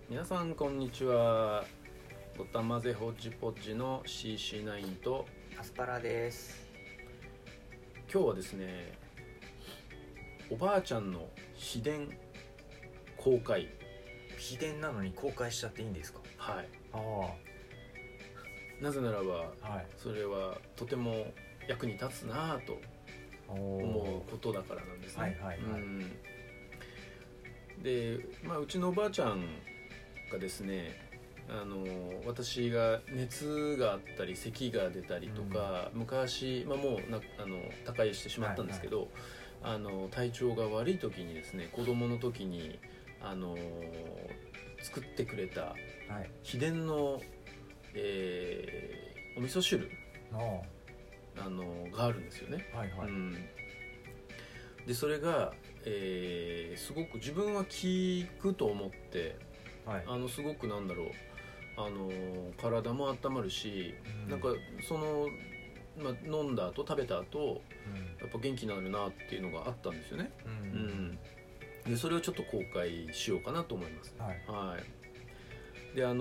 皆さんこんにちは。ごたまぜほっじぽっじの CC9 とアスパラです。 今日はですね、おばあちゃんの秘伝公開。 秘伝なのに公開しちゃっていいんですか？ はい。 あなぜならば、 あ、はい。 それはとても役に立つなぁと思うことだからなんですね。 はいはいはい。 で、うちのおばあちゃんがですね、私が熱があったり咳が出たりとか、昔、もう他界してしまったんですけど、体調が悪い時にですね、子供の時に作ってくれたはい。 秘伝の、お味噌汁があるんですよね。 はいはい。 でそれが、すごく自分は効くと思って、 はい。 すごく体も温まるし、なんか飲んだ後食べた後やっぱ元気になるなっていうのがあったんですよね。でそれをちょっと公開しようかなと思います。はい。で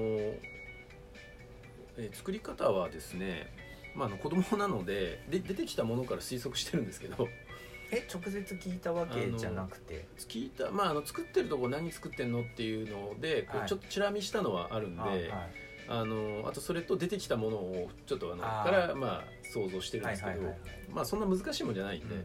作り方はですね、子供なので出てきたものから推測してるんですけど、 直接聞いたわけじゃなくて、 聞いた、作ってるとこ何作ってんのっていうのでこうちょっとチラ見したのはあるんで、あとそれと出てきたものをちょっとから想像してるんですけど、そんな難しいもんじゃないんで、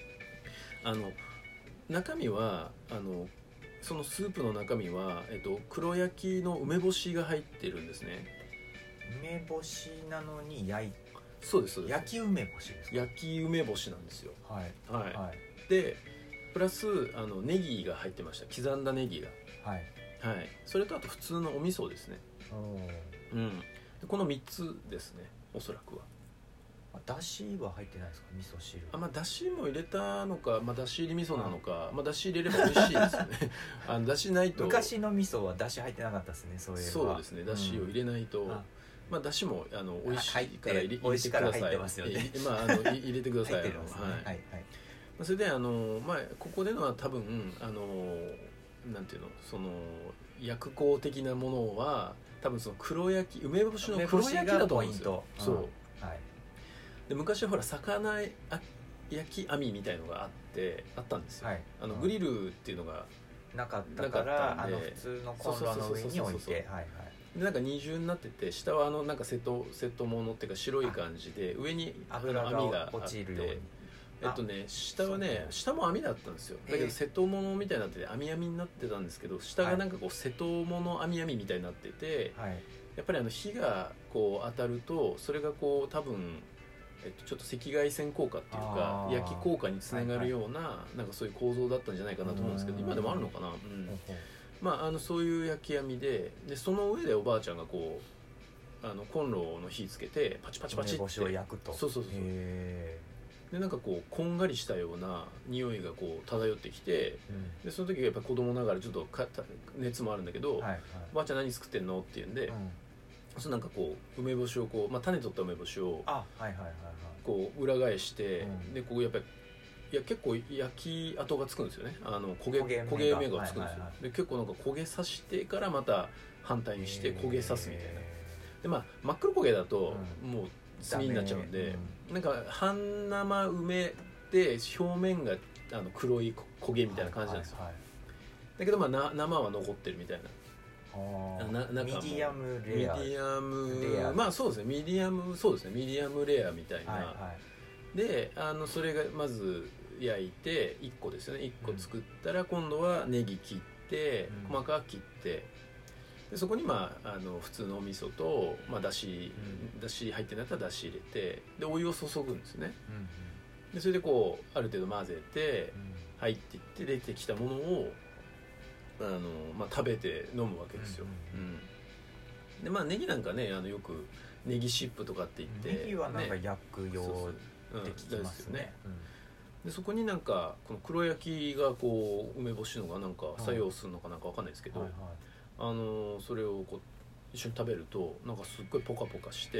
中身はそのスープの中身は、黒焼きの梅干しが入ってるんですね。 梅干しなのにそうですそうです。 焼き梅干しですか？ 焼き梅干しなんですよ。 はいはい。でプラスネギが入ってました。刻んだネギが。 はいはい。それとあと普通のお味噌ですね。でこの3つですね、おそらくは。 だしは入ってないですか？味噌汁。 だしも入れたのか、だし入り味噌なのか、だし入れれば美味しいですよね。だしないと。 昔の味噌はだし入ってなかったですね。そうですね。だしを入れないと、だしも美味しいから入れてください。 美味しいから入ってますよね。 入れてください。 入ってますね。はいはい。 それでここでのは多分なんていうの、その薬効的なものは多分その黒焼き、梅干しの黒焼きだと思うんですよ。そう。で昔はほら魚焼き網みたいのがあったんですよ。グリルっていうのがなかったから普通のコンロの上に置いて、 でなんか二重になってて、下はなんかセット物っていうか白い感じで、上に網が落ちるように。 下はね、下も網だったんですよ。だけど瀬戸物みたいになってて網になってたんですけど、下がなんかこう瀬戸物網みたいになってて、やっぱり火がこう当たるとそれがこう多分ちょっと赤外線効果っていうか焼き効果につながるような、なんかそういう構造だったんじゃないかなと思うんですけど、今でもあるのかな。そういう焼き網でその上でおばあちゃんがこうコンロの火つけてパチパチパチって梅干しを焼くと。 そうでなんかこうこんがりしたような匂いがこう漂ってきて、でその時やっぱ子供ながらちょっと熱もあるんだけど、おばあちゃん何作ってんのって言うんで、そうなんかこう梅干しをこう、種取った梅干しをこう裏返して、でこうやっぱり結構焼き跡がつくんですよね。焦げ目がつくんですよ。で結構なんか焦げさしてからまた反対にして焦げさすみたいな。で真っ黒焦げだともう炭になっちゃうんで、なんか半生梅で表面が黒い焦げみたいな感じなんですよ。だけど生は残ってるみたいな。 ミディアムレア。 そうですね。ミディアムレアみたいな。でそれがまず焼いて1個ですよね。1個作ったら今度はネギ切って細かく切って、でそこに普通のお味噌と、だし入ってなかったらだし入れて、でお湯を注ぐんですね。でそれでこうある程度混ぜて入っていって出てきたものを食べて飲むわけですよ。でネギなんかね、よくネギシップとかって言って、 ネギはなんか焼く用って聞きますね。 でそこになんかこの黒焼きがこう梅干しのがなんか作用するのかなんかわかんないですけど、それをこう一緒に食べるとなんかすっごいポカポカして、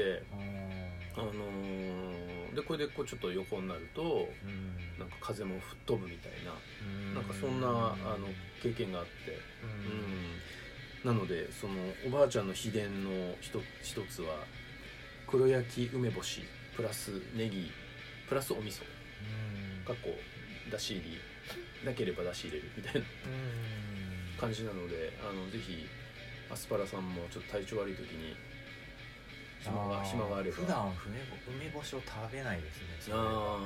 でこれでこうちょっと横になると、なんか風も吹っ飛ぶみたいな、なんかそんな経験があって、 なのでそのおばあちゃんの秘伝の一つは黒焼き梅干しプラスネギプラスお味噌かっこだし入りなければだし入れるみたいな感じなのでぜひアスパラさんもちょっと体調悪い時に暇があれば普段梅干しを食べないですね。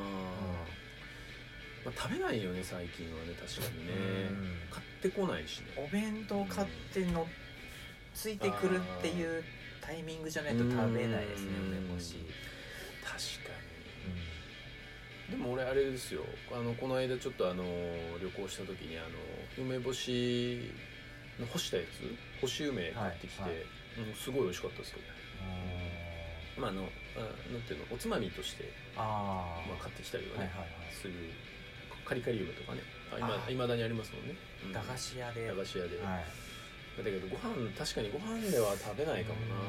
まあ、食べないよね最近はね確かにね買ってこないしねお弁当買ってのついてくるっていうタイミングじゃないと食べないですね梅干し。 確かに、でも俺あれですよこの間ちょっと旅行した時に梅干しの干したやつ干し梅買ってきて、すごい美味しかったですけどね。まあなんていうのおつまみとしてまあ、買ってきたりはね、するカリカリ梅とかねいまだにありますもんね、 駄菓子屋で、 だけど確かにご飯では食べないかもな。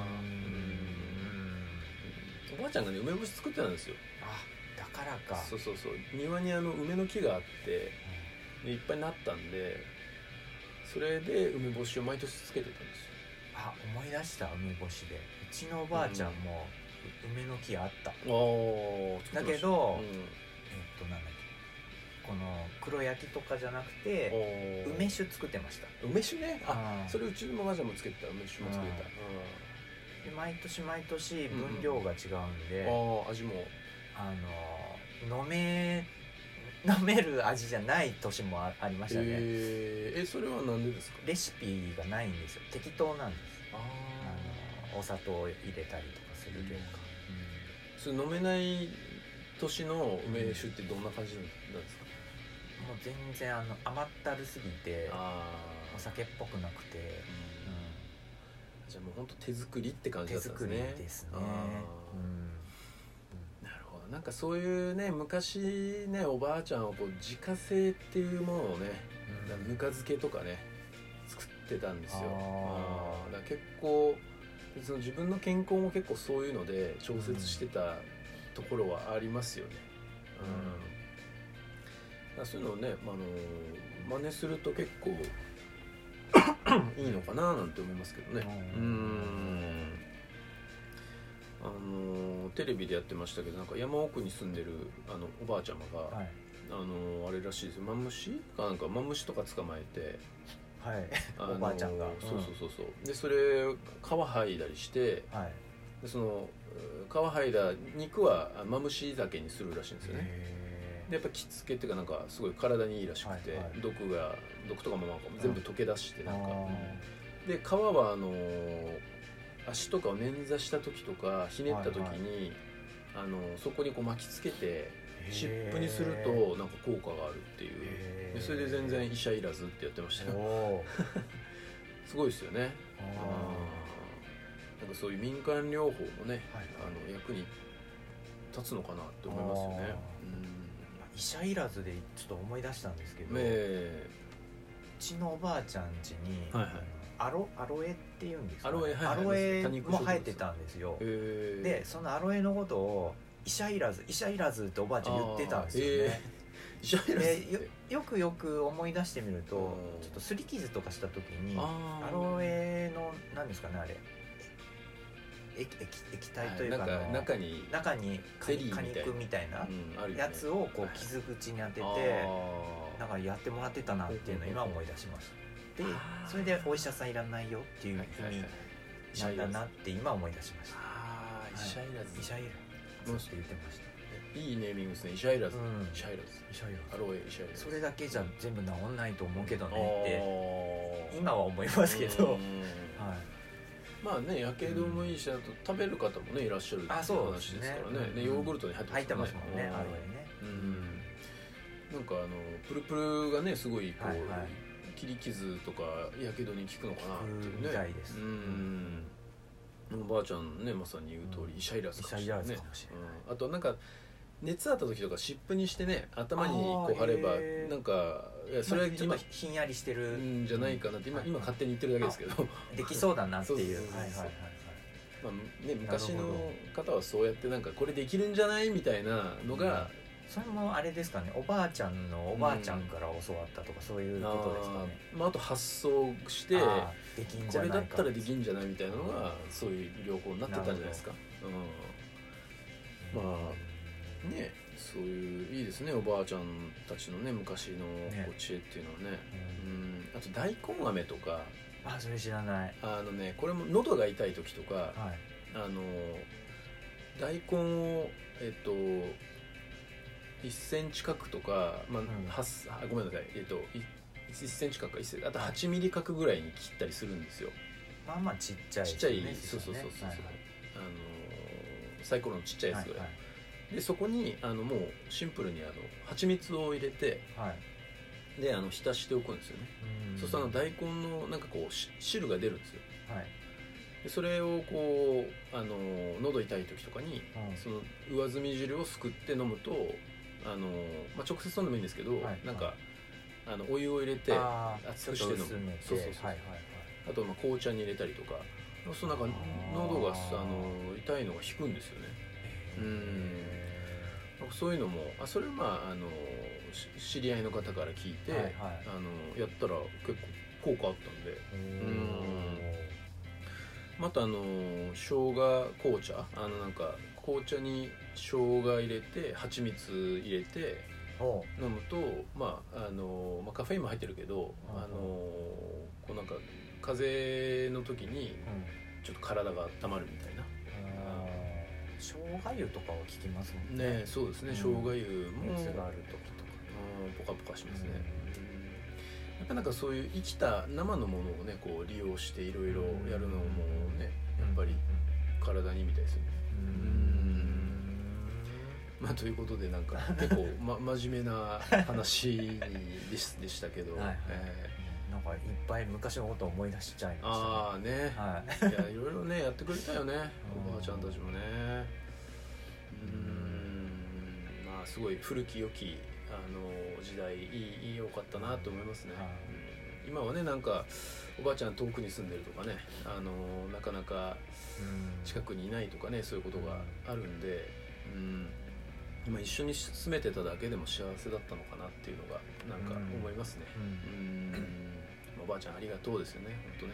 おばあちゃんがね梅干し作ってたんですよ。 だからか。 そう庭に梅の木があってでいっぱいなったんでそれで梅干しを毎年つけてたんですよ。 思い出した梅干しでうちのおばあちゃんも梅の木あった、だけど、なんだっけこの黒焼きとかじゃなくて梅酒作ってました。 梅酒ね。それうちのおばあちゃんもつけてた。梅酒もつけてた。 で毎年分量が違うんで、 味も飲める味じゃない年もありましたね。 それはなんでですか？ レシピがないんですよ。適当なんです。お砂糖を入れたりとかする量が、 それ飲めない年の梅酒ってどんな感じなんですか？ もう全然甘ったるすぎてお酒っぽくなくて、 じゃあもう本当手作りって感じだったんですね。 手作りですね。 なるほど。なんかそういうね昔ねおばあちゃんはこう自家製っていうものをね、ぬか漬けとかね作ってたんですよ。だから結構その自分の健康も結構そういうので調節してたところはありますよね。そういうのをね、真似すると結構いいのかななんて思いますけどね。テレビでやってましたけどなんか山奥に住んでるおばあちゃまが、あれらしいですよ。マムシとか捕まえて、 おばあちゃんがそうでそれ皮剥いだりして、でその皮剥いだ肉はマムシ酒にするらしいんですよね。でやっぱ着付けっていうかなんかすごい体にいいらしくて、毒とかもなんか全部溶け出してなんか、で皮は足とかを捻挫した時とかひねった時に、そこにこう巻きつけて湿布にするとなんか効果があるっていう。でそれで全然医者いらずってやってましたよ。すごいですよね。なんかそういう民間療法もね、役に立つのかなって思いますよね。 医者いらずでちょっと思い出したんですけど、うちのおばあちゃん家に、アロエっていうんですか、アロエも生えてたんですよ。でそのアロエのことを医者いらずっておばあちゃん言ってたんですよね。よく思い出してみるとちょっと擦り傷とかした時にアロエの何ですかね、あれ液体というか中に果肉みたいなやつをこう傷口に当ててなんかやってもらってたなっていうのを今思い出しました。でそれでお医者さんいらないよっていう意味なんだなって今思い出しました。 医者いらずって言ってました。 いいネーミングですね。医者いらず。アロエ医者いらず。 それだけじゃ全部治んないと思うけどねって今は思いますけど。 まあね、やけどもいいし、あと食べる方もねいらっしゃるっていう話ですからね。ヨーグルトに入ってますもんね。アロエね。なんかプルプルがねすごいこう切り傷とかやけどに効くのかなっていうね。 みたいです。 おばあちゃんねまさに言う通り医者いらずかもしれないね。あとなんか熱あった時とか湿布にしてね頭にこう貼ればなんかそれは今ひんやりしてるんじゃないかなって今勝手に言ってるだけですけどできそうだなっていう。 昔の方はそうやってなんかこれできるんじゃないみたいなのがそれもあれですかね、おばあちゃんのおばあちゃんから教わったとか、そういうことですかね。 あと発想してできんじゃないか、これだったらできんじゃないみたいなのがそういう両方になってたんじゃないですか。まあね、そういういいですね、おばあちゃんたちのね昔の知恵っていうのはね。あと大根飴とか、 それ知らない。 これも喉が痛い時とか、大根を1センチ角とか、ごめんなさい、1センチ角かあと8ミリ角ぐらいに切ったりするんですよ。 まあまあちっちゃい、 ちっちゃい、そうサイコロのちっちゃいやつぐらい、でそこにもうシンプルに蜂蜜を入れて、で浸しておくんですよね。そうすると大根のなんかこう汁が出るんですよ。でそれをこう喉痛い時とかに、その上澄み汁をすくって飲むと直接飲んでもいいんですけど、なんかお湯を入れて熱くして飲む。あと紅茶に入れたりとか、そうするとなんか喉が痛いのが引くんですよね。そういうのもそれは知り合いの方から聞いて、やったら結構効果あったんで。また生姜紅茶、なんか紅茶に生姜入れて蜂蜜入れて飲むと、カフェインも入ってるけど、こうなんか風邪の時にちょっと体が温まるみたいな。 生姜湯とかは効きますもんね。 そうですね、生姜湯も熱がある時とかポカポカしますね。やっぱなんかそういう生きた生のものをねこう利用していろいろやるのもね、やっぱり体にいいみたいですよね。ということでなんか結構、真面目な話でしたけど、なんかいっぱい昔のことを思い出しちゃいましたね。いやいろいろねやってくれたよね、おばあちゃんたちもね。すごい古き良き時代良かったなと思いますね。今はねなんかおばあちゃん遠くに住んでるとかね、なかなか近くにいないとかね、そういうことがあるんで、今一緒に住めてただけでも幸せだったのかなっていうのがなんか思いますね。おばあちゃんありがとうですよね、本当ね。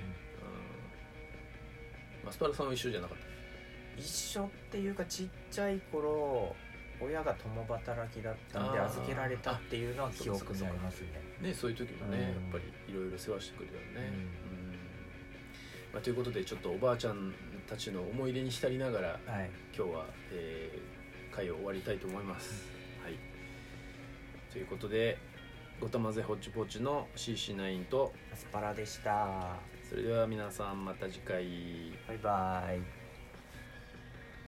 マスパラさんは一緒じゃなかった？ 一緒っていうか、ちっちゃい頃親が共働きだったんで預けられたっていうのは記憶にありますね。 そういう時もね、やっぱりいろいろ世話してくれるよね。ということでちょっとおばあちゃんたちの思い出に浸りながら、今日は、会を終わりたいと思います。ということでごたまぜホッチポッチの CC9 とアスパラでした。 それでは皆さんまた次回。 バイバイ。